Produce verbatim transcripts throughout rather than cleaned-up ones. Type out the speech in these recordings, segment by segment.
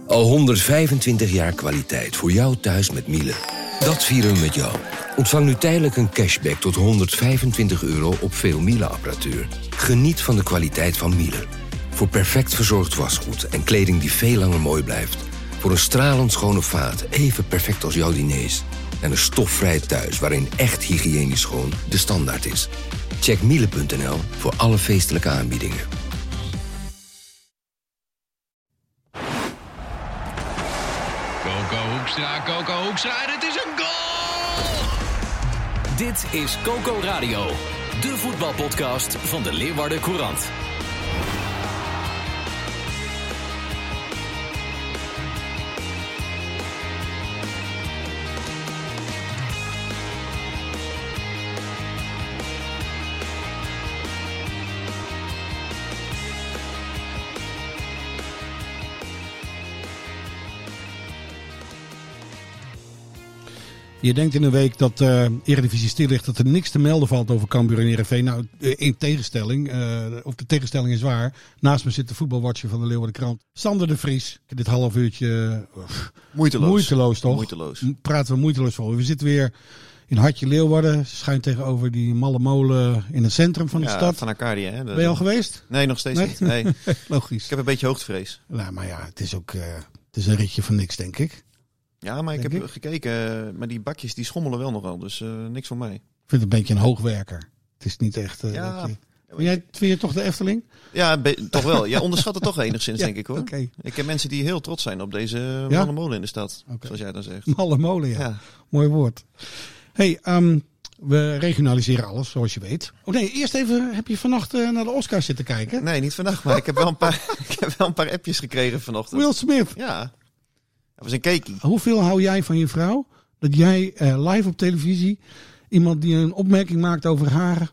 Al honderdvijfentwintig jaar kwaliteit voor jou thuis met Miele. Dat vieren we met jou. Ontvang nu tijdelijk een cashback tot honderdvijfentwintig euro op veel Miele-apparatuur. Geniet van de kwaliteit van Miele. Voor perfect verzorgd wasgoed en kleding die veel langer mooi blijft. Voor een stralend schone vaat, even perfect als jouw diners. En een stofvrij thuis waarin echt hygiënisch schoon de standaard is. Check miele punt n l voor alle feestelijke aanbiedingen. Coco Hoekstra, Coco Hoekstra, het is een goal! Dit is Coco Radio, de voetbalpodcast van de Leeuwarden Courant. Je denkt in een week dat uh, Eredivisie stil ligt, dat er niks te melden valt over Cambuur en Heerenveen. Nou, in tegenstelling, uh, of de tegenstelling is waar. Naast me zit de voetbalwatcher van de Leeuwarden Krant, Sander de Vries. Dit half uurtje uh, moeiteloos. moeiteloos toch? Moeiteloos. Praten we moeiteloos voor. We zitten weer in Hartje Leeuwarden, schuin tegenover die malle molen in het centrum van de ja, stad. Van Arcadia. Hè? Ben je al geweest? Nee, nog steeds nee? niet. Nee. Logisch. Ik heb een beetje hoogtevrees. Nou, maar ja, het is ook uh, het is een ritje van niks, denk ik. Ja, maar ik Denk heb ik? gekeken, maar die bakjes die schommelen wel nogal, dus uh, niks voor mij. Ik vind het een beetje een hoogwerker. Het is niet echt... Uh, ja, dat je... vind, jij, vind je toch de Efteling? Ja, be- toch wel. Je onderschat het toch enigszins, ja, denk ik hoor. Okay. Ik heb mensen die heel trots zijn op deze ja? malle molen in de stad, okay. Zoals jij dan zegt. Malle molen, ja. ja. Mooi woord. Hey, um, we regionaliseren alles, zoals je weet. Oh nee, eerst even, heb je vannacht uh, naar de Oscars zitten kijken? Nee, niet vannacht, maar ik heb wel een paar, ik heb wel een paar appjes gekregen vanochtend. Will Smith. Ja. Dat was een cakeie. Hoeveel hou jij van je vrouw dat jij uh, live op televisie iemand die een opmerking maakt over haar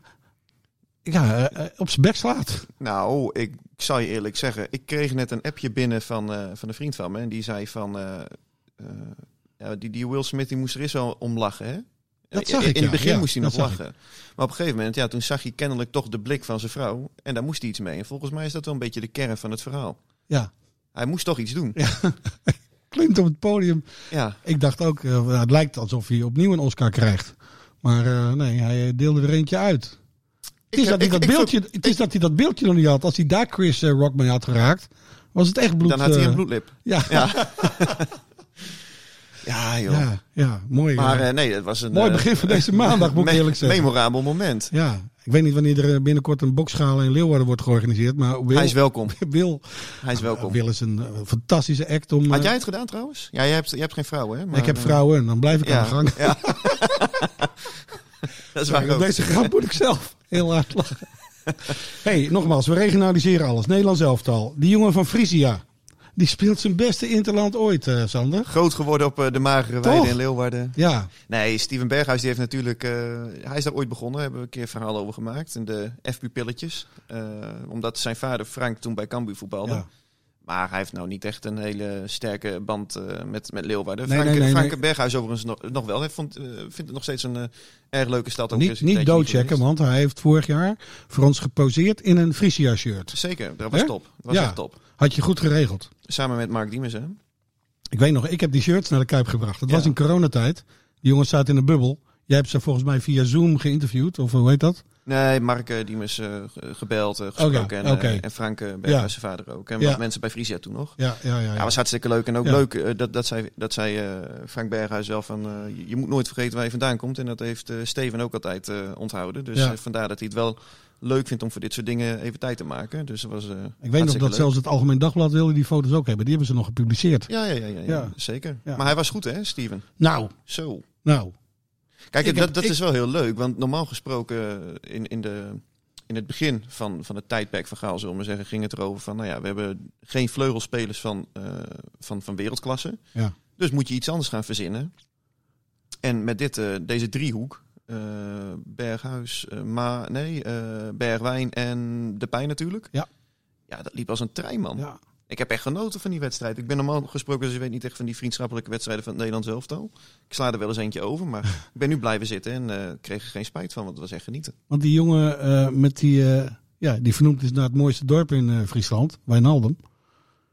ja, uh, uh, op zijn bek slaat? Nou, ik, ik zal je eerlijk zeggen, ik kreeg net een appje binnen van, uh, van een vriend van me en die zei van, uh, uh, ja, die, die Will Smith die moest er eens wel om lachen, hè? Dat zag in, ik, in het begin ja, moest hij nog lachen. Ik. Maar op een gegeven moment, ja, toen zag hij kennelijk toch de blik van zijn vrouw en daar moest hij iets mee. En volgens mij is dat wel een beetje de kern van het verhaal. Ja. Hij moest toch iets doen. Ja. Klimt op het podium. Ja. Ik dacht ook, uh, het lijkt alsof hij opnieuw een Oscar krijgt. Maar uh, nee, hij deelde er eentje uit. Het is, ik, dat, hij ik, dat ik, beeldje, ik, het is ik, dat hij dat beeldje nog niet had. Als hij daar Chris uh, Rock mee had geraakt, was het echt bloed. Dan had hij een bloedlip. Ja. Ja, ja joh. Ja, ja mooi. Maar uh, uh, nee, het was een... Mooi begin van deze maandag, moet ik me- eerlijk zeggen. Memorabel moment. Ja. Ik weet niet wanneer er binnenkort een boksgala in Leeuwarden wordt georganiseerd. Maar Will, hij is welkom. Will, hij is welkom. Will is een uh, fantastische act om... Uh, Had jij het gedaan trouwens? Ja, jij hebt, je hebt geen vrouwen, hè? Maar, ik heb vrouwen en dan blijf ik ja, aan de gang. Ja. Dat is waar. Op deze grap moet ik zelf heel hard lachen. Hey, nogmaals, we regionaliseren alles. Nederlands elftal. Die jongen van Frisia. Die speelt zijn beste interland ooit, uh, Sander. Groot geworden op uh, de magere weide in Leeuwarden. Ja. Nee, Steven Berghuis die heeft natuurlijk... Uh, hij is daar ooit begonnen. Daar hebben we een keer een verhaal over gemaakt. In de F P-pilletjes. Uh, omdat zijn vader Frank toen bij Cambuur voetbalde. Ja. Maar hij heeft nou niet echt een hele sterke band uh, met, met Leeuwarden. Nee, Frank, nee, nee, Frank nee. Berghuis overigens nog, nog wel. Hij vond, uh, vindt het nog steeds een uh, erg leuke stad. Ook Niet, niet doodchecken, want hij heeft vorig jaar voor ons geposeerd in een Frisia-shirt. Zeker, dat was He? top. Dat was ja. echt top. Had je goed geregeld. Samen met Mark Diemers, hè? Ik weet nog, ik heb die shirts naar de Kuip gebracht. Dat ja. was in coronatijd. Die jongens zaten in een bubbel. Jij hebt ze volgens mij via Zoom geïnterviewd, of hoe heet dat? Nee, Mark uh, Diemers uh, gebeld, uh, gesproken okay, en, okay. uh, en Frank uh, Berghuis, ja. zijn vader ook. En ja. wat mensen bij Frisia toen nog. Ja, ja, ja, ja. ja, was hartstikke leuk. En ook ja. leuk uh, dat, dat zei, dat zei uh, Frank Berghuis zelf van... Uh, je, je moet nooit vergeten waar je vandaan komt. En dat heeft uh, Steven ook altijd uh, onthouden. Dus ja. uh, vandaar dat hij het wel leuk vindt om voor dit soort dingen even tijd te maken. Dus dat was uh, Ik weet nog dat leuk. Zelfs het Algemeen Dagblad wilde die foto's ook hebben. Die hebben ze nog gepubliceerd. Ja, ja, ja, ja, ja. ja. zeker. Ja. Maar hij was goed, hè, Steven? Nou. Zo. Nou. Kijk, ik dat, heb, dat ik... is wel heel leuk. Want normaal gesproken in, in, de, in het begin van, van het tijdperk van Gaal, zullen we maar zeggen, ging het erover van, nou ja, we hebben geen vleugelspelers van, uh, van, van wereldklasse. Ja. Dus moet je iets anders gaan verzinnen. En met dit, uh, deze driehoek, uh, Berghuis, uh, Ma, nee, uh, Bergwijn en De Pij natuurlijk. Ja. Ja, dat liep als een trein, man. Ja. Ik heb echt genoten van die wedstrijd. Ik ben normaal gesproken, dus je weet niet echt van die vriendschappelijke wedstrijden van het Nederlands elftal. Ik sla er wel eens eentje over, maar ik ben nu blijven zitten en uh, kreeg er geen spijt van, want het was echt genieten. Want die jongen uh, met die, uh, ja, die vernoemd is naar het mooiste dorp in uh, Friesland, Wijnaldum.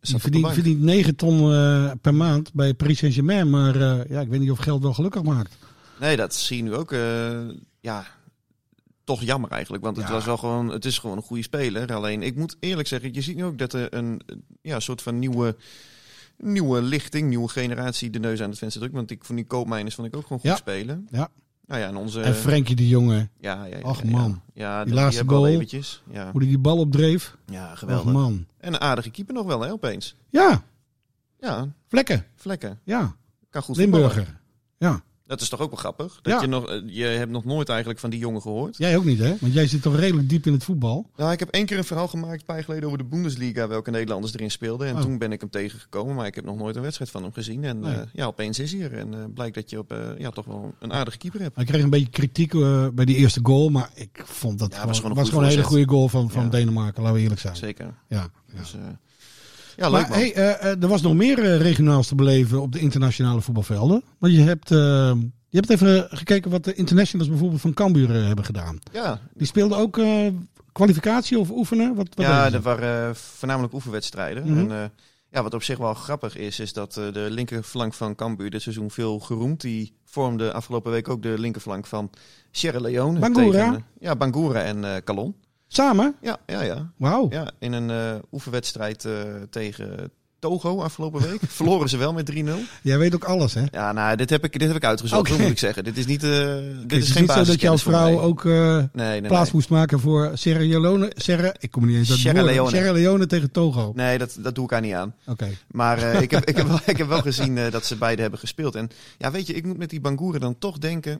Die verdient, verdient negen ton uh, per maand bij Paris Saint-Germain. Maar uh, ja, ik weet niet of geld wel gelukkig maakt. Nee, dat zie je nu ook. Uh, ja, toch jammer eigenlijk. Want het, Ja. was wel gewoon, het is gewoon een goede speler. Alleen, ik moet eerlijk zeggen, je ziet nu ook dat er een ja, soort van nieuwe, nieuwe lichting, nieuwe generatie de neus aan het venster drukt. Want ik vond die Koopmeiners vond ik ook gewoon goed Ja. spelen. Ja. Nou ja, en onze... En Frenkie de Jonge, ja, ja, ja, Ach, ja, man. Ja, Die die laatste hebben al goal. eventjes. Ja. hoe hij die bal opdreef. ja, Ach geweldig. man. En een aardige keeper nog wel, hè, opeens. Ja, Ja, Vlekken. Vlekken. Ja, Kan goed voetballen. Limburger. Ja, Dat is toch ook wel grappig? Dat Ja. je, nog, eh, je hebt nog nooit eigenlijk van die jongen gehoord. jij ook niet hè? Want jij zit toch redelijk diep in het voetbal. Nou, ik heb één keer een verhaal gemaakt, een paar jaar geleden, over de Bundesliga, welke Nederlanders erin speelden. En Oh. toen ben ik hem tegengekomen, maar ik heb nog nooit een wedstrijd van hem gezien. En Nee. eh, ja, opeens is hij er. En uh, blijkt dat je op, uh, ja, toch wel een aardige keeper hebt. Hij kreeg een beetje kritiek uh, bij die eerste goal. Maar ik vond dat Ja, gewoon, was was gewoon een gewoon, goede een hele voorzet. goede goal van, van Ja. Denemarken. Laten we eerlijk zijn. Zeker. Ja, ja. Dus, uh, ja, leuk Maar man. hey, uh, uh, er was nog meer uh, regionaals te beleven op de internationale voetbalvelden. Want je hebt, uh, je hebt even gekeken wat de internationals bijvoorbeeld van Cambuur uh, hebben gedaan. Ja, Die speelden ook uh, kwalificatie of oefenen? Wat, wat ja deden ze? er waren uh, voornamelijk oefenwedstrijden. Mhm. En, uh, ja, wat op zich wel grappig is, is dat uh, de linkerflank van Cambuur dit seizoen veel geroemd. Die vormde afgelopen week ook de linkerflank van Sierra Leone. Bangura? Tegen, uh, ja, Bangura en uh, Calon. Samen? Ja, ja, ja. Wauw. Ja, in een uh, oefenwedstrijd uh, tegen Togo afgelopen week. Verloren ze wel met drie nul. Jij weet ook alles, hè? Ja, nou, dit heb ik, dit heb ik uitgezocht, Oké. moet ik zeggen. Dit is niet, uh, dit Het is is geen niet zo dat jouw basiskennis voor vrouw mij. ook uh, Nee, nee, plaats nee. moest maken voor Sierra Leone. Sierra, ik kom niet eens uit het Sierra woord. Leone. Sierra Leone tegen Togo. Nee, dat, dat doe ik haar niet aan. Oké. Maar uh, ik, heb, ik, heb wel, ik heb wel gezien uh, dat ze beide hebben gespeeld. En ja, weet je, ik moet met die Bangura dan toch denken...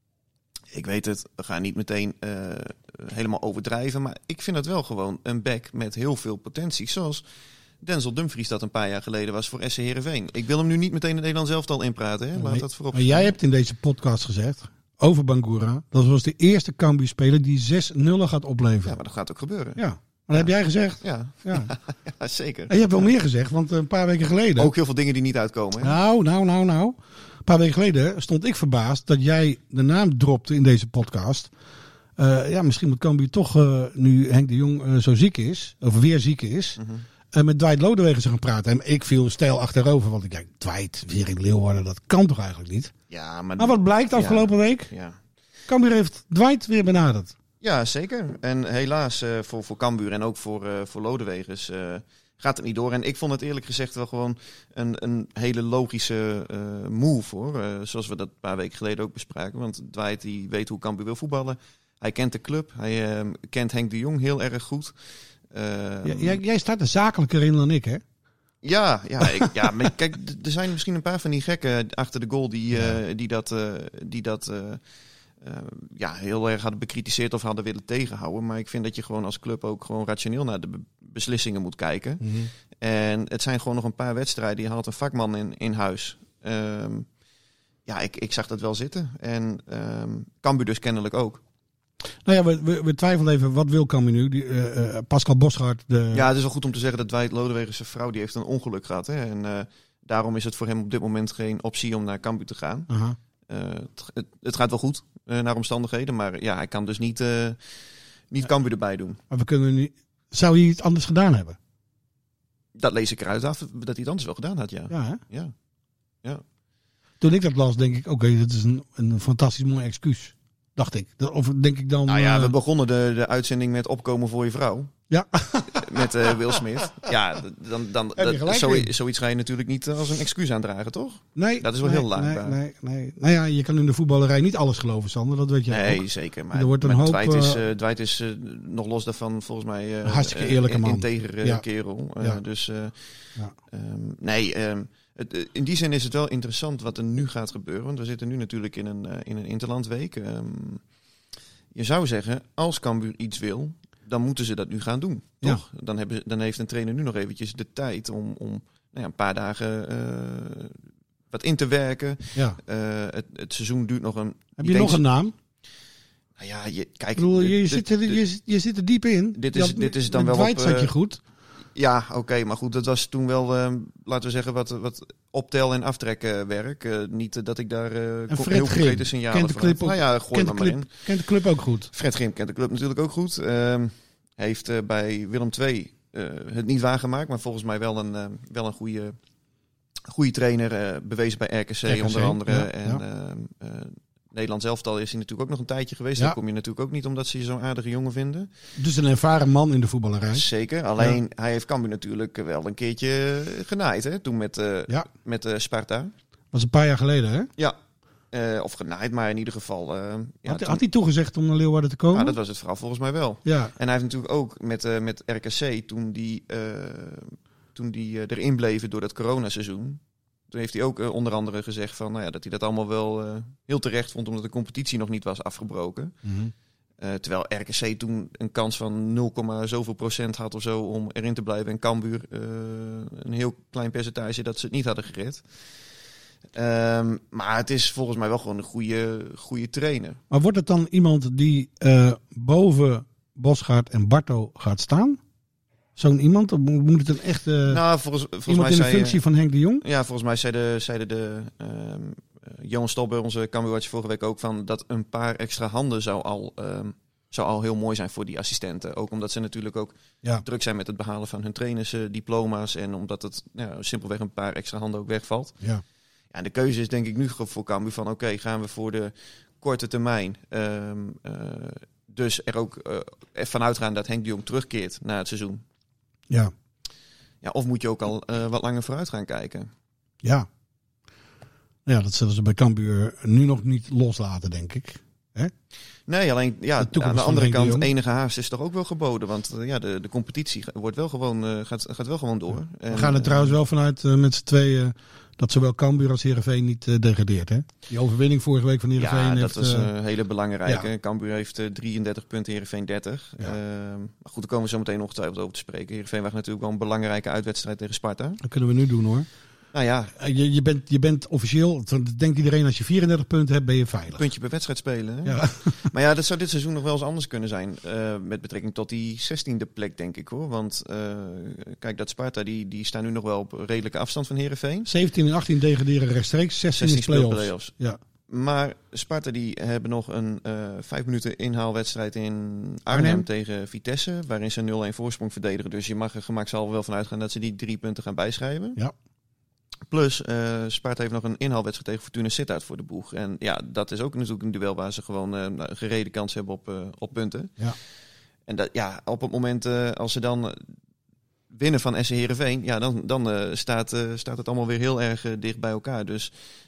Ik weet het, we gaan niet meteen uh, helemaal overdrijven. Maar ik vind het wel gewoon een back met heel veel potentie. Zoals Denzel Dumfries dat een paar jaar geleden was voor S C Heerenveen. Ik wil hem nu niet meteen in het Nederlands elftal inpraten. Hè? Laat Nee, dat voorop maar jij hebt in deze podcast gezegd over Bangura. Dat was de eerste Cambuur-speler die zes nul gaat Ja, opleveren. maar dat gaat ook gebeuren. Ja, maar dat heb jij gezegd. Ja, Ja. ja zeker. En je hebt wel meer gezegd, want een paar weken geleden... Ook heel veel dingen die niet uitkomen. Hè? Nou, nou, nou, nou. Een paar weken geleden stond ik verbaasd dat jij de naam dropte in deze podcast. Uh, ja, misschien moet Cambuur toch, uh, nu Henk de Jong uh, zo ziek is, of weer ziek is, Mm-hmm. uh, met Dwight Lodewegen gaan praten. En ik viel stijl achterover, want ik denk, Dwight weer in Leeuwarden, dat kan toch eigenlijk niet? Ja, maar, Maar wat blijkt afgelopen ja, week? Ja. Cambuur heeft Dwight weer benaderd. Ja, zeker. En helaas uh, voor, voor Cambuur en ook voor, uh, voor Lodewegers uh, gaat het niet door. En ik vond het eerlijk gezegd wel gewoon een, een hele logische uh, move hoor. Uh, zoals we dat een paar weken geleden ook bespraken. Want Dwight die weet hoe Cambuur wil voetballen. Hij kent de club. Hij uh, kent Henk de Jong heel erg goed. Uh, Ja, jij, jij staat er zakelijker in dan ik, hè? Ja, ja, ik, ja maar kijk, d- er zijn misschien een paar van die gekken achter de goal die, uh, die dat, uh, die dat uh, uh, ja, heel erg hadden bekritiseerd of hadden willen tegenhouden. Maar ik vind dat je gewoon als club ook gewoon rationeel naar de be- beslissingen moet kijken. Mm-hmm. En het zijn gewoon nog een paar wedstrijden. Je haalt een vakman in, in huis. Um, ja, ik, ik zag dat wel zitten. En um, Cambuur dus kennelijk ook. Nou ja, we, we, we twijfelen even, wat wil Cambuur nu? Die, uh, uh, Pascal Boschart, de... Ja, het is wel goed om te zeggen dat Dwight Lodewegen zijn vrouw, die heeft een ongeluk gehad. Hè? En uh, daarom is het voor hem op dit moment geen optie om naar Cambuur te gaan. Aha. Uh, het, het, het gaat wel goed uh, naar omstandigheden, maar ja, hij kan dus niet, uh, niet Cambuur erbij doen. Maar we kunnen niet... Zou hij iets anders gedaan hebben? Dat lees ik eruit af, dat hij het anders wel gedaan had, ja. Ja, hè? Ja, ja. Toen ik dat las, denk ik, oké, okay, dat is een, een fantastisch mooi excuus. Dacht ik. Of denk ik dan... Nou ja, uh, we begonnen de, de uitzending met opkomen voor je vrouw. Ja. Met uh, Will Smith. Ja, dan, dan, Heb je dat, gelijk zo, in. zoiets ga je natuurlijk niet als een excuus aandragen, toch? Nee. Dat is wel nee, heel laag. Nee, nee, nee. Nou ja, je kan in de voetballerij niet alles geloven, Sander. Dat weet jij Nee, ook. zeker. Maar, Er wordt een maar hoop, Dwight is, uh, uh, Dwight is uh, nog los daarvan volgens mij uh, Een hartstikke uh, eerlijke een man. integer uh, Ja. kerel. Uh, Ja. Dus uh, Ja. um, nee, um, het, uh, in die zin is het wel interessant wat er nu gaat gebeuren. Want we zitten nu natuurlijk in een, uh, in een interlandweek. Um, je zou zeggen, als Cambuur iets wil, dan moeten ze dat nu gaan doen. Toch? Ja. Dan, hebben, dan heeft een trainer nu nog eventjes de tijd om, om nou ja, een paar dagen uh, wat in te werken. Ja. Uh, het, het seizoen duurt nog een... Heb je nog eens, een naam? Nou ja, je, kijk... Ik bedoel, je, de, zit er, de, je, je zit er diep in. Dit is, had, dit is dan met wel Dwight op... zat je Uh, goed. Ja, oké, okay, maar goed, dat was toen wel, uh, laten we zeggen, wat, wat optel- en aftrekwerk. Uh, niet uh, dat ik daar uh, En co- Fred heel Grim concrete signalen kent de van club had. ook, Nou ja, gooi kent maar de maar club, in. Kent de club ook goed. Fred Grim kent de club natuurlijk ook goed. Uh, heeft uh, bij Willem twee uh, het niet waargemaakt. Maar volgens mij wel een, uh, wel een goede, goede trainer. Uh, bewezen bij R K C, R K C onder andere. Ja, en ja. Uh, uh, Nederlands elftal is hij natuurlijk ook nog een tijdje geweest. Ja. Daar kom je natuurlijk ook niet omdat ze je zo'n aardige jongen vinden. Dus een ervaren man in de voetballerij. Zeker. Alleen ja. hij heeft Cambuur natuurlijk wel een keertje genaaid. Hè? Toen met, uh, ja. met uh, Sparta. Dat was een paar jaar geleden, hè? Ja. Uh, of genaaid, maar in ieder geval... Uh, ja, had, toen... had hij toegezegd om naar Leeuwarden te komen? Ja, dat was het verhaal volgens mij wel. Ja. En hij heeft natuurlijk ook met, uh, met R K C, toen die, uh, toen die uh, erin bleven door dat coronaseizoen... Toen heeft hij ook uh, onder andere gezegd van, nou ja, dat hij dat allemaal wel uh, heel terecht vond... omdat de competitie nog niet was afgebroken. Mm-hmm. Uh, terwijl R K C toen een kans van nul, zoveel procent had of zo om erin te blijven. En Cambuur uh, een heel klein percentage dat ze het niet hadden gered. Um, maar het is volgens mij wel gewoon een goede, goede trainer. Maar wordt het dan iemand die uh, boven Bosgaard en Barto gaat staan? Zo'n iemand? Of moet het een echte nou, volgens, volgens iemand mij in de zei, functie van Henk de Jong? Ja, volgens mij zeiden, zeiden de um, uh, Johan Stolber, onze Cambuurwatcher, vorige week ook van dat een paar extra handen zou al, um, zou al heel mooi zijn voor die assistenten. Ook omdat ze natuurlijk ook ja. druk zijn met het behalen van hun trainersdiploma's en omdat het nou, simpelweg een paar extra handen ook wegvalt. Ja. Ja, en de keuze is denk ik nu voor Cambuur van oké, okay, gaan we voor de korte termijn um, uh, dus er ook uh, vanuit gaan dat Henk de Jong terugkeert na het seizoen. Ja. Ja, of moet je ook al uh, wat langer vooruit gaan kijken? Ja. Ja, dat zullen ze bij Cambuur nu nog niet loslaten, denk ik. Hè? Nee, alleen ja, de aan de andere kant, enige haast is toch ook wel geboden. Want uh, ja, de, de competitie wordt wel gewoon, uh, gaat, gaat wel gewoon door. Ja. En, we gaan er uh, trouwens wel vanuit uh, met z'n tweeën... Uh, dat zowel Cambuur als Heerenveen niet uh, degradeert, hè? Die overwinning vorige week van Heerenveen ja, heeft... Ja, dat is een uh, hele belangrijke. Ja. Cambuur heeft uh, drieëndertig punten, Heerenveen dertig. Ja. Uh, maar goed, daar komen we zo meteen ongetwijfeld over te spreken. Heerenveen was natuurlijk wel een belangrijke uitwedstrijd tegen Sparta. Dat kunnen we nu doen, hoor. Nou ja. Je, je, bent, je bent officieel, denkt iedereen, als je vierendertig punten hebt, ben je veilig. Puntje per wedstrijd spelen. Hè? Ja. Maar ja, dat zou dit seizoen nog wel eens anders kunnen zijn. Uh, met betrekking tot die zestiende plek, denk ik, hoor. Want uh, kijk, dat Sparta, die, die staan nu nog wel op redelijke afstand van Heerenveen. zeventien en achttien degraderen rechtstreeks, zestien is play-offs. play-offs. Ja. Maar Sparta die hebben nog een uh, vijf minuten inhaalwedstrijd in Arnhem, Arnhem tegen Vitesse. Waarin ze nul-een voorsprong verdedigen. Dus je mag er gemakshalve wel van uitgaan dat ze die drie punten gaan bijschrijven. Ja. Plus, uh, Sparta heeft nog een inhaalwedstrijd tegen Fortuna Sittard voor de boeg. En ja, dat is ook natuurlijk een duel waar ze gewoon uh, gereden kans hebben op, uh, op punten. Ja. En dat, ja, op het moment uh, als ze dan winnen van S C Heerenveen, ja, dan, dan uh, staat, uh, staat het allemaal weer heel erg uh, dicht bij elkaar. Dus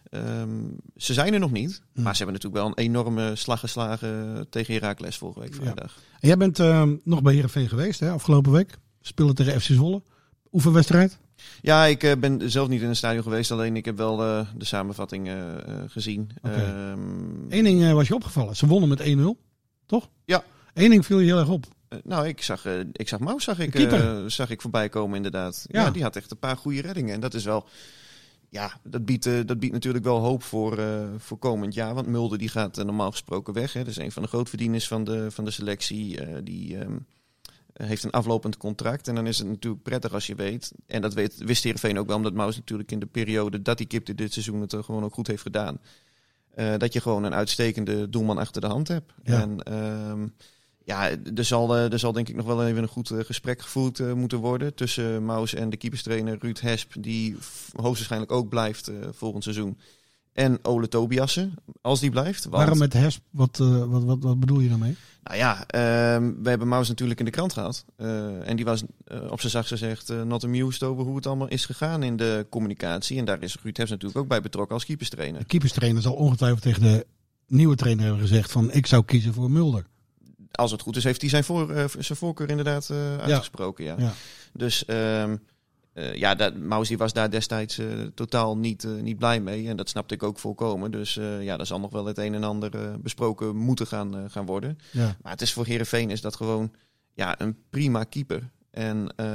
um, ze zijn er nog niet. Hmm. Maar ze hebben natuurlijk wel een enorme slag geslagen tegen Heracles vorige week vrijdag. Ja. En jij bent uh, nog bij Heerenveen geweest, hè, afgelopen week. Spelen tegen F C Zwolle. Oefenwedstrijd. Ja, ik uh, ben zelf niet in het stadion geweest. Alleen ik heb wel uh, de samenvatting uh, uh, gezien. Okay. Um, Eén ding uh, was je opgevallen. Ze wonnen met één nul. Toch? Ja. Eén ding viel je heel erg op. Uh, nou, ik zag, uh, ik zag Maus zag ik, uh, zag ik voorbij komen inderdaad. Ja. ja, die had echt een paar goede reddingen. En dat is wel... Ja, dat biedt, uh, dat biedt natuurlijk wel hoop voor, uh, voor komend jaar. Want Mulder die gaat uh, normaal gesproken weg. Hè. Dat is een van de grootverdieners van de, van de selectie. Uh, die... Um, heeft een aflopend contract. En dan is het natuurlijk prettig als je weet... en dat weet, wist Heerenveen ook wel... omdat Maus natuurlijk in de periode dat hij kipte dit seizoen... het gewoon ook goed heeft gedaan... Uh, dat je gewoon een uitstekende doelman achter de hand hebt. Ja. En um, ja, er zal, uh, er zal denk ik nog wel even een goed uh, gesprek gevoerd uh, moeten worden... tussen Maus en de keeperstrainer Ruud Hesp... die f- hoogstwaarschijnlijk ook blijft uh, volgend seizoen... En Ole Tobiassen, als die blijft. Want... Waarom met Hesp? Wat, uh, wat, wat, wat bedoel je daarmee? Nou ja, uh, we hebben Maus natuurlijk in de krant gehad. Uh, en die was uh, op zijn zachtst gezegd uh, not amused over hoe het allemaal is gegaan in de communicatie. En daar is Ruud Hesp natuurlijk ook bij betrokken als keeperstrainer. De keeperstrainer zal ongetwijfeld tegen de nieuwe trainer hebben gezegd van ik zou kiezen voor Mulder. Als het goed is, heeft hij zijn, voor, uh, zijn voorkeur inderdaad uh, uitgesproken. Ja. Ja. Ja. Dus... Uh, Uh, ja, dat, Maus die was daar destijds uh, totaal niet, uh, niet blij mee. En dat snapte ik ook volkomen. Dus uh, ja, daar zal nog wel het een en ander uh, besproken moeten gaan, uh, gaan worden. Ja. Maar het is voor Heerenveen is dat gewoon ja, een prima keeper. En uh,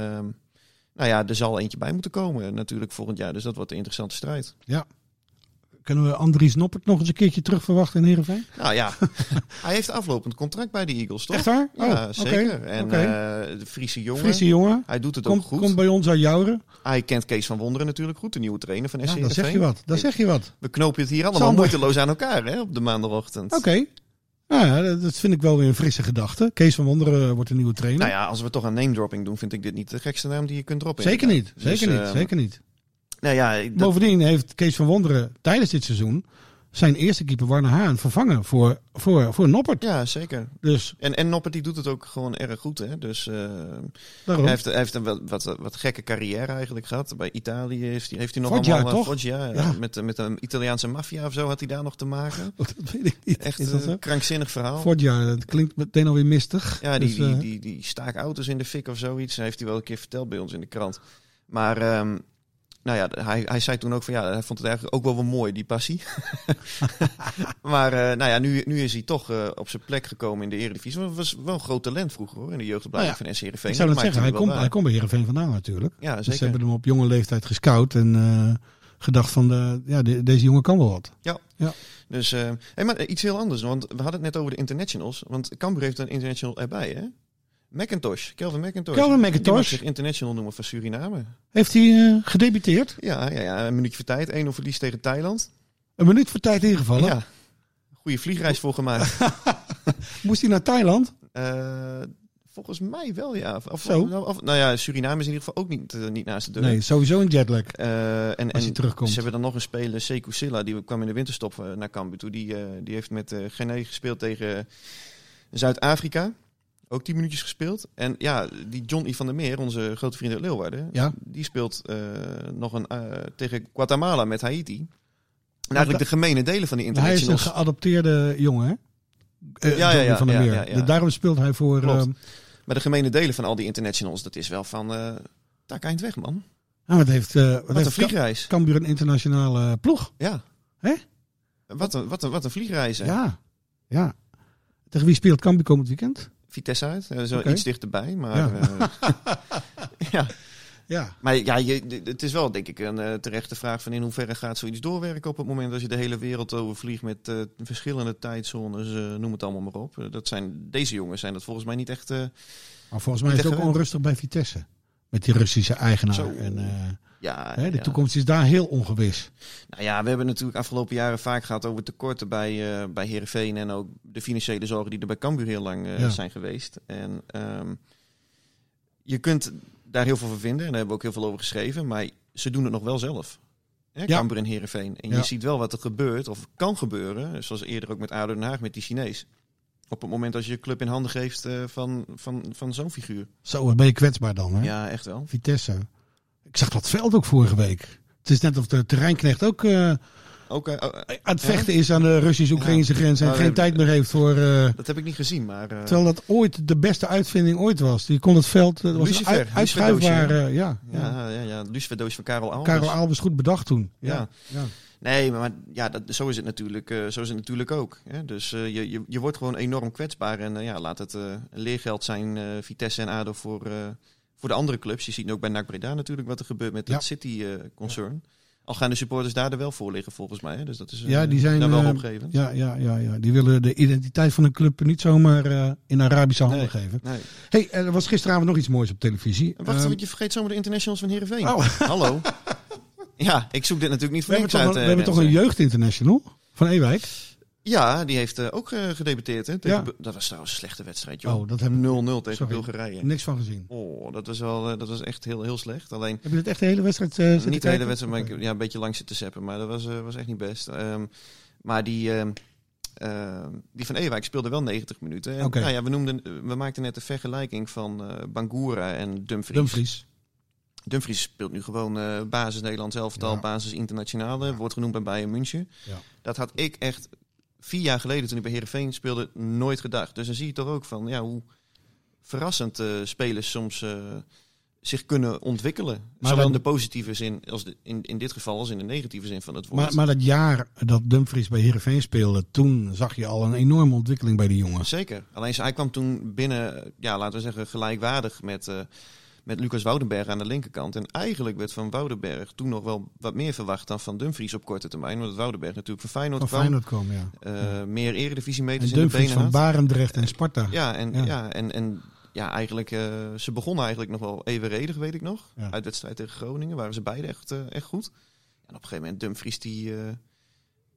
nou ja, er zal eentje bij moeten komen natuurlijk volgend jaar. Dus dat wordt een interessante strijd. Ja. Kunnen we Andries Noppert nog eens een keertje terug verwachten in Heerenveen? Nou ja, hij heeft aflopend contract bij de Eagles, toch? Echt waar? Ja, oh, zeker. Okay. En okay. Uh, de Friese jongen. Friese jongen. Hij doet het Kom, ook goed. Komt bij ons uit Jouren. Hij kent Kees van Wonderen natuurlijk goed, de nieuwe trainer van S C Heerenveen. Ja, daar zeg je wat. Daar zeg je wat. We knopen het hier allemaal Sander. moeiteloos aan elkaar hè, op de maandagochtend. Oké. Okay. Nou ja, dat vind ik wel weer een frisse gedachte. Kees van Wonderen wordt een nieuwe trainer. Nou ja, als we toch aan name dropping doen, vind ik dit niet de gekste naam die je kunt droppen. Zeker niet, Dus, zeker niet, uh, zeker niet. Nou ja, dat... Bovendien heeft Kees van Wonderen tijdens dit seizoen zijn eerste keeper Warner Haan vervangen voor, voor, voor Noppert. Ja, zeker. Dus, en, en Noppert die doet het ook gewoon erg goed. Hè? Dus, uh, hij heeft, hij heeft een wat, wat, wat gekke carrière eigenlijk gehad. Bij Italië heeft hij, heeft hij nog Foggia, allemaal... toch? Foggia, ja. met, met een Italiaanse maffia of zo had hij daar nog te maken. Dat weet ik niet. Echt Is dat een krankzinnig verhaal. Foggia, dat klinkt meteen alweer mistig. Ja, die, dus, die, uh... die, die, die staak auto's in de fik of zoiets. Dat heeft hij wel een keer verteld bij ons in de krant. Maar... Um, Nou ja, hij, hij zei toen ook van ja, hij vond het eigenlijk ook wel wel mooi, die passie. maar uh, nou ja, nu, nu is hij toch uh, op zijn plek gekomen in de Eredivisie. Het was wel een groot talent vroeger hoor, in de jeugdopleiding nou ja, van S C Heerenveen. Ik zou het zeggen, hij komt, hij komt bij Heerenveen vandaan natuurlijk. Ja, zeker. Dus ze hebben hem op jonge leeftijd gescout en uh, gedacht van de, ja, de, deze jongen kan wel wat. Ja, ja. Dus uh, hey, maar iets heel anders, want we hadden het net over de internationals. Want Cambuur heeft een international erbij hè? McIntosh, Kelvin McIntosh. Kelvin McIntosh. Die mag zich international noemen van Suriname. Heeft hij uh, gedebuteerd? Ja, ja, ja, een minuutje voor tijd. één nul verlies tegen Thailand. Een minuut voor tijd ingevallen? Ja. Goede vliegreis voor gemaakt. Moest hij naar Thailand? Uh, volgens mij wel, ja. Of, Zo? Of, of, nou ja, Suriname is in ieder geval ook niet, uh, niet naast de deur. Nee, sowieso een jetlag. Uh, en, als hij en terugkomt. Ze hebben dan nog een speler, Sekou Silla, die kwam in de winterstop uh, naar Cambuur toe. Die, uh, die heeft met uh, Guinea gespeeld tegen uh, Zuid-Afrika. Ook tien minuutjes gespeeld. En ja, die John van der Meer, onze grote vriend uit Leeuwarden, ja? die speelt uh, nog een, uh, tegen Guatemala met Haiti. En eigenlijk de gemene delen van die internationals. Hij is een geadopteerde jongen, hè? Uh, ja, ja, ja, van der Meer. Ja, ja, ja. Daarom speelt hij voor... Uh, maar de gemene delen van al die internationals, dat is wel van... Uh, taak eind weg, man. Nou, wat heeft, uh, wat wat heeft een vliegreis. Cambuur een internationale ploeg. Ja. Hè? Wat een, wat een, wat een vliegreis, hè? Ja. Ja. Tegen wie speelt Cambuur komend weekend? Vitesse uit. Dat is wel okay. iets dichterbij, maar... Ja. Uh, ja. Ja. Maar ja, je, het is wel denk ik een uh, terechte vraag van in hoeverre gaat zoiets doorwerken op het moment als je de hele wereld overvliegt met uh, verschillende tijdzones, uh, noem het allemaal maar op. Uh, dat zijn, deze jongens zijn dat volgens mij niet echt... Uh, maar volgens mij is het ook gewend. Onrustig bij Vitesse. Met die Russische eigenaar. Zo. En, uh, ja, hè, de ja. toekomst is daar heel ongewis. Nou ja, we hebben natuurlijk afgelopen jaren vaak gehad over tekorten bij, uh, bij Heerenveen en ook de financiële zorgen die er bij Cambuur heel lang uh, ja. zijn geweest. En um, je kunt daar heel veel van vinden en daar hebben we ook heel veel over geschreven, maar ze doen het nog wel zelf. Hè, ja. Cambuur en Heerenveen. En ja. je ziet wel wat er gebeurt of kan gebeuren, zoals eerder ook met A D O Den Haag met die Chinees. Op het moment als je je club in handen geeft uh, van, van, van zo'n figuur. Zo, ben je kwetsbaar dan, hè? Ja, echt wel. Vitesse. Ik zag dat veld ook vorige week. Het is net of de terreinknecht ook, uh, ook uh, aan het vechten ja? is aan de Russisch-Oekraïnse ja. grens en nou, geen heb, tijd meer heeft voor... Uh, dat heb ik niet gezien, maar... Uh, terwijl dat ooit de beste uitvinding ooit was. Die kon het veld... Dat was Lucifer, uit, uitschuifbaar... Uh, ja, ja, ja, ja, ja. Lucifer-doosje van Karel Albers. Karel Albers goed bedacht toen. Ja. ja. ja. Nee, maar ja, dat, zo, is het natuurlijk, uh, zo is het natuurlijk ook. Hè? Dus uh, je, je, je wordt gewoon enorm kwetsbaar. En uh, ja, laat het uh, leergeld zijn, uh, Vitesse en A D O voor, uh, voor de andere clubs. Je ziet nu ook bij N A C Breda natuurlijk wat er gebeurt met ja. het City-concern. Uh, ja. Al gaan de supporters daar er wel voor liggen volgens mij. Hè? Dus dat is uh, ja, die zijn, daar wel uh, opgevend. Ja, ja, ja, ja, die willen de identiteit van een club niet zomaar uh, in Arabische handen nee, geven. Nee. Hey, er was gisteravond nog iets moois op televisie. Wacht, um, je vergeet zomaar de internationals van Heerenveen. Oh. Hallo. Ja, ik zoek dit natuurlijk niet voor we niks uit. Een, we hebben toch een jeugdinternational van Ewijk? Ja, die heeft uh, ook uh, gedebuteerd. Hè, tegen ja. Dat was trouwens een slechte wedstrijd, joh. Oh, dat hebben nul nul tegen Sorry, Bulgarije. Niks van gezien. Oh, dat was wel, uh, dat was echt heel, heel slecht. Alleen. Heb je het echt de hele wedstrijd uh, zitten Niet de hele wedstrijd, okay. maar ik, ja, een beetje lang zitten zeppen. Maar dat was, uh, was echt niet best. Um, maar die, uh, uh, die van Ewijk speelde wel negentig minuten. En, okay. nou ja, we, noemden, we maakten net de vergelijking van uh, Bangura en Dumfries. Dumfries. Dumfries speelt nu gewoon uh, basis Nederlands elftal, ja. basis internationale. Ja. Wordt genoemd bij Bayern München. Ja. Dat had ik echt vier jaar geleden, toen ik bij Heerenveen speelde, nooit gedacht. Dus dan zie je toch ook van ja, hoe verrassend uh, spelers soms uh, zich kunnen ontwikkelen. Maar Zowel in de positieve zin als de, in, in dit geval als in de negatieve zin van het woord. Maar, maar dat jaar dat Dumfries bij Heerenveen speelde, toen zag je al een enorme ontwikkeling bij die jongen. Zeker. Alleen hij kwam toen binnen, ja, laten we zeggen, gelijkwaardig met... Uh, Met Lucas Woudenberg aan de linkerkant. En eigenlijk werd van Woudenberg toen nog wel wat meer verwacht dan van Dumfries op korte termijn. Want Woudenberg natuurlijk van Feyenoord van kwam. Feyenoord kwam, ja. Uh, ja. Meer eredivisiemeters in de benen van had. Barendrecht en Sparta. Ja, en, ja. ja, en, en ja, eigenlijk, uh, ze begonnen eigenlijk nog wel evenredig, weet ik nog. Ja. Uit wedstrijd tegen Groningen waren ze beide echt, uh, echt goed. En op een gegeven moment Dumfries die... Uh,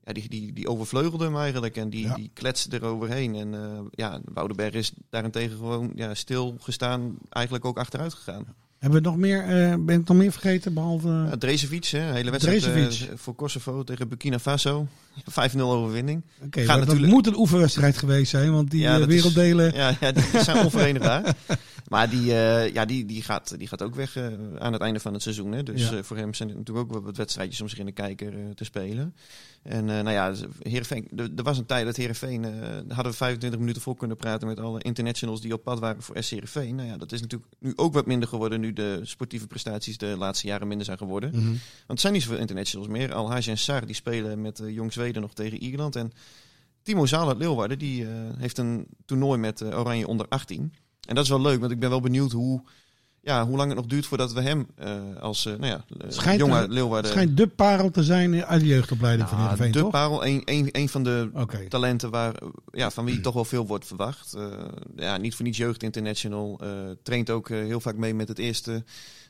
ja, die, die, die overvleugelde hem eigenlijk en die, Ja. die kletste er overheen. En uh, ja, Woudenberg is daarentegen gewoon ja, stilgestaan, eigenlijk ook achteruit gegaan. Hebben we nog meer, uh, ben ik nog meer vergeten, behalve... Uh... Ja, Drezevic, hè, hele wedstrijd uh, voor Kosovo tegen Burkina Faso. vijf nul overwinning. Oké, okay, dat natuurlijk... moet een oefenwedstrijd geweest zijn, want die ja, uh, werelddelen... Is, ja, ja, die zijn onverenigbaar. Maar die, uh, ja, die, die, gaat, die gaat ook weg uh, aan het einde van het seizoen. Hè. Dus ja. uh, voor hem zijn er natuurlijk ook wel wat wedstrijdjes om zich in de kijker uh, te spelen. En uh, nou ja, Heerenveen, er was een tijd dat Heerenveen... Uh, hadden we vijfentwintig minuten vol kunnen praten met alle internationals die op pad waren voor S C Heerenveen. Nou ja, dat is natuurlijk nu ook wat minder geworden nu de sportieve prestaties de laatste jaren minder zijn geworden. Mm-hmm. Want er zijn niet zoveel internationals meer. Al-Hajj en Sarr die spelen met uh, Jong Zweden nog tegen Ierland. En Timo Zaal uit Leeuwarden die uh, heeft een toernooi met uh, Oranje onder achttien. En dat is wel leuk, want ik ben wel benieuwd hoe, ja, hoe lang het nog duurt voordat we hem uh, als uh, nou ja, uh, jongen uit Leeuwarden... Het schijnt de parel te zijn uit de jeugdopleiding nou, van Heerenveen, de toch? De parel, een, een, een van de okay. talenten waar, ja, van wie toch wel veel wordt verwacht. Uh, ja, niet voor niets jeugd international. Uh, traint ook uh, heel vaak mee met het eerste.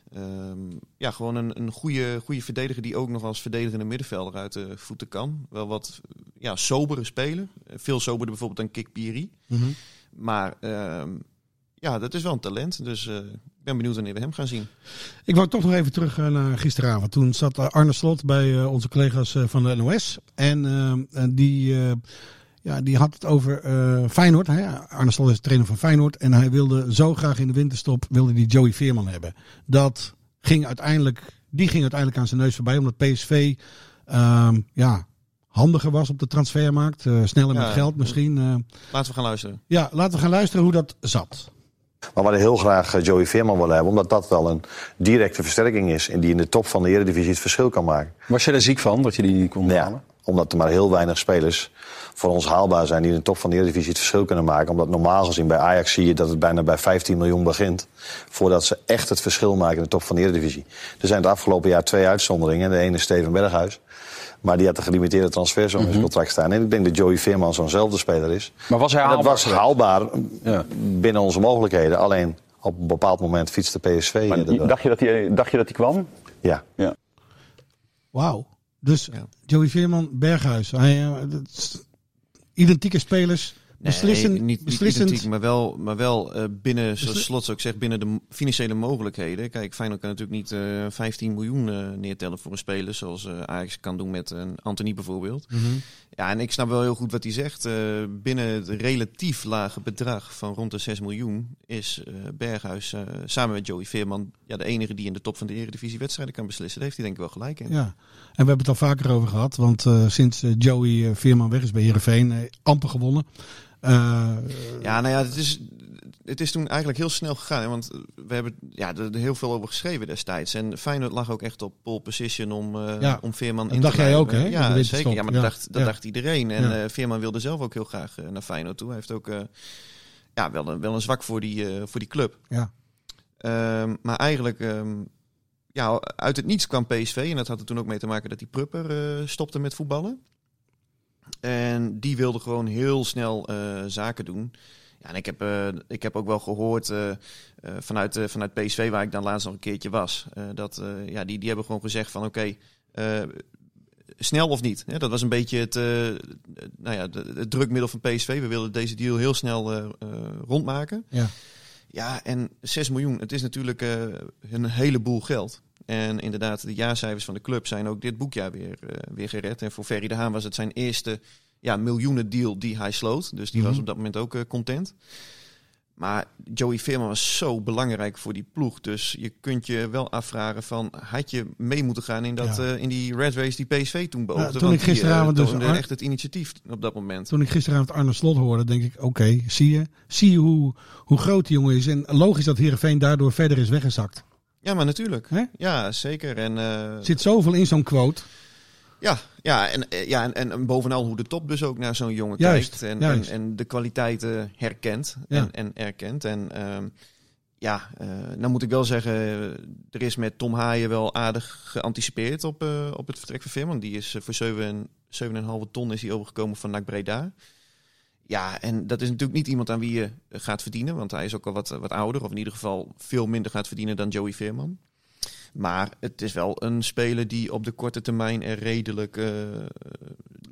Um, ja, gewoon een, een goede, goede verdediger die ook nog als verdedigende middenvelder uit de voeten kan. Wel wat ja, sobere speler. Veel soberder bijvoorbeeld dan Kik Piri. Mm-hmm. Maar... Um, Ja, dat is wel een talent. Dus uh, ik ben benieuwd wanneer we hem gaan zien. Ik wou toch nog even terug uh, naar gisteravond. Toen zat uh, Arne Slot bij uh, onze collega's uh, van de N O S. En uh, die, uh, ja, die had het over uh, Feyenoord. Hè? Arne Slot is de trainer van Feyenoord. En hij wilde zo graag in de winterstop wilde die Joey Veerman hebben. Dat ging uiteindelijk, die ging uiteindelijk aan zijn neus voorbij. Omdat P S V uh, ja, handiger was op de transfermarkt. Uh, sneller ja, met geld misschien. Uh, laten we gaan luisteren. Ja, laten we gaan luisteren hoe dat zat. Maar we hadden heel graag Joey Veerman willen hebben, omdat dat wel een directe versterking is. En die in de top van de Eredivisie het verschil kan maken. Was je er ziek van, dat je die kon halen? Ja, omdat er maar heel weinig spelers voor ons haalbaar zijn die in de top van de Eredivisie het verschil kunnen maken. Omdat normaal gezien bij Ajax zie je dat het bijna bij vijftien miljoen begint. Voordat ze echt het verschil maken in de top van de Eredivisie. Er zijn het afgelopen jaar twee uitzonderingen. De ene is Steven Berghuis. Maar die had een gelimiteerde transfersom mm-hmm. in zijn contract staan. En ik denk dat Joey Veerman zo'nzelfde speler is. Maar was hij en haalbaar? Dat was haalbaar ja. binnen onze mogelijkheden. Alleen op een bepaald moment fietste P S V. Maar, dacht, je dat hij, dacht je dat hij kwam? Ja. ja. Wauw. Dus ja. Joey Veerman, Berghuis. Hij, uh, identieke spelers. Beslissend, nee, niet, beslissend. niet identiek, maar wel, maar wel uh, binnen, zoals Slot ook zegt, binnen de financiële mogelijkheden. Kijk, Feyenoord kan natuurlijk niet uh, vijftien miljoen uh, neertellen voor een speler, zoals uh, Ajax kan doen met een Anthony bijvoorbeeld. Mm-hmm. Ja, en ik snap wel heel goed wat hij zegt. Uh, binnen het relatief lage bedrag van rond de zes miljoen is uh, Berghuis uh, samen met Joey Veerman ja, de enige die in de top van de Eredivisie wedstrijden kan beslissen. Daar heeft hij denk ik wel gelijk in. Ja, en we hebben het al vaker over gehad, want uh, sinds uh, Joey uh, Veerman weg is bij Heerenveen, uh, amper gewonnen. Uh, ja, nou ja, het is, het is toen eigenlijk heel snel gegaan. Hè, want we hebben ja, er heel veel over geschreven destijds. En Feyenoord lag ook echt op pole position om, uh, ja, om Veerman in te dacht jij ook, hè? Ja, zeker. Ja, maar dat, ja. dacht, dat ja. dacht iedereen. En ja. uh, Veerman wilde zelf ook heel graag uh, naar Feyenoord toe. Hij heeft ook uh, ja, wel, een, wel een zwak voor die, uh, voor die club. Ja. Um, maar eigenlijk... Um, ja, uit het niets kwam P S V. En dat had er toen ook mee te maken dat die Prupper uh, stopte met voetballen. En die wilde gewoon heel snel uh, zaken doen. Ja, en ik heb, uh, ik heb ook wel gehoord uh, uh, vanuit, uh, vanuit P S V, waar ik dan laatst nog een keertje was. Uh, dat uh, ja, die, die hebben gewoon gezegd van oké, okay, uh, snel of niet. Ja, dat was een beetje het, uh, nou ja, de, het drukmiddel van P S V. We wilden deze deal heel snel uh, uh, rondmaken. Ja. Ja, en zes miljoen, het is natuurlijk uh, een heleboel geld. En inderdaad, de jaarcijfers van de club zijn ook dit boekjaar weer, uh, weer gered. En voor Ferry de Haan was het zijn eerste ja, miljoenen deal die hij sloot. Dus die mm-hmm. was op dat moment ook uh, content. Maar Joey Veerman was zo belangrijk voor die ploeg. Dus je kunt je wel afvragen van, had je mee moeten gaan in, dat, ja. uh, in die red race die P S V toen beoogde? Ja, toen ik gisteravond die, uh, dus Ar- echt het initiatief op dat moment. Toen ik gisteravond Arne Slot hoorde, denk ik, oké, okay, zie je, zie je hoe, hoe groot die jongen is. En logisch dat Heerenveen daardoor verder is weggezakt. Ja, maar natuurlijk. Hè? Ja, zeker. En uh, zit zoveel in zo'n quote. Ja, ja, en, ja en, en, en bovenal hoe de top dus ook naar zo'n jongen juist, kijkt. En, juist. en, en de kwaliteiten herkent ja. en, en erkent. En um, ja, uh, nou moet ik wel zeggen, er is met Tom Haaien wel aardig geanticipeerd op, uh, op het vertrek van Veerman. Die is uh, voor zeven komma vijf ton is hij overgekomen van N A C Breda. Ja, en dat is natuurlijk niet iemand aan wie je gaat verdienen. Want hij is ook al wat, wat ouder. Of in ieder geval veel minder gaat verdienen dan Joey Veerman. Maar het is wel een speler die op de korte termijn er redelijk uh,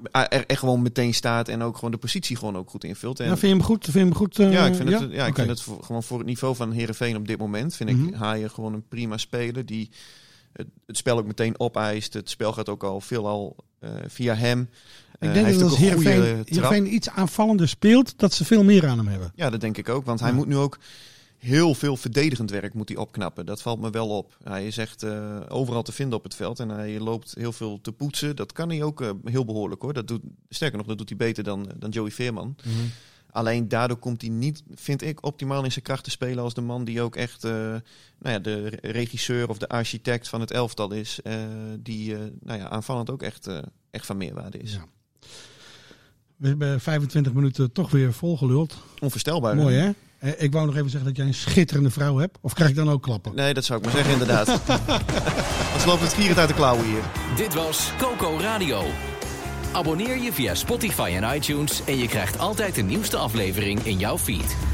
er echt gewoon meteen staat en ook gewoon de positie gewoon ook goed invult. En ja, vind je hem goed? Vind je hem goed uh, ja, ik vind ja? het, ja, ik okay. vind het voor, gewoon voor het niveau van Heerenveen op dit moment vind mm-hmm. ik Haaien gewoon een prima speler die het, het spel ook meteen opeist. Het spel gaat ook al veelal uh, via hem. Ik Uh, denk hij dat als Heerenveen, Heerenveen iets aanvallender speelt, dat ze veel meer aan hem hebben. Ja, dat denk ik ook. Want hij ja. moet nu ook heel veel verdedigend werk moet hij opknappen. Dat valt me wel op. Hij is echt uh, overal te vinden op het veld. En hij loopt heel veel te poetsen. Dat kan hij ook uh, heel behoorlijk hoor. Dat doet, sterker nog, dat doet hij beter dan, dan Joey Veerman. Mm-hmm. Alleen daardoor komt hij niet, vind ik, optimaal in zijn kracht te spelen als de man die ook echt uh, nou ja, de regisseur of de architect van het elftal is. Uh, die uh, nou ja, aanvallend ook echt, uh, echt van meerwaarde is. Ja. We hebben vijfentwintig minuten toch weer volgeluld. Onvoorstelbaar. Mooi hè? Ik wou nog even zeggen dat jij een schitterende vrouw hebt. Of krijg ik dan ook klappen? Nee, dat zou ik maar zeggen inderdaad. Anders loopt het gierend uit de klauwen hier. Dit was Coco Radio. Abonneer je via Spotify en iTunes en je krijgt altijd de nieuwste aflevering in jouw feed.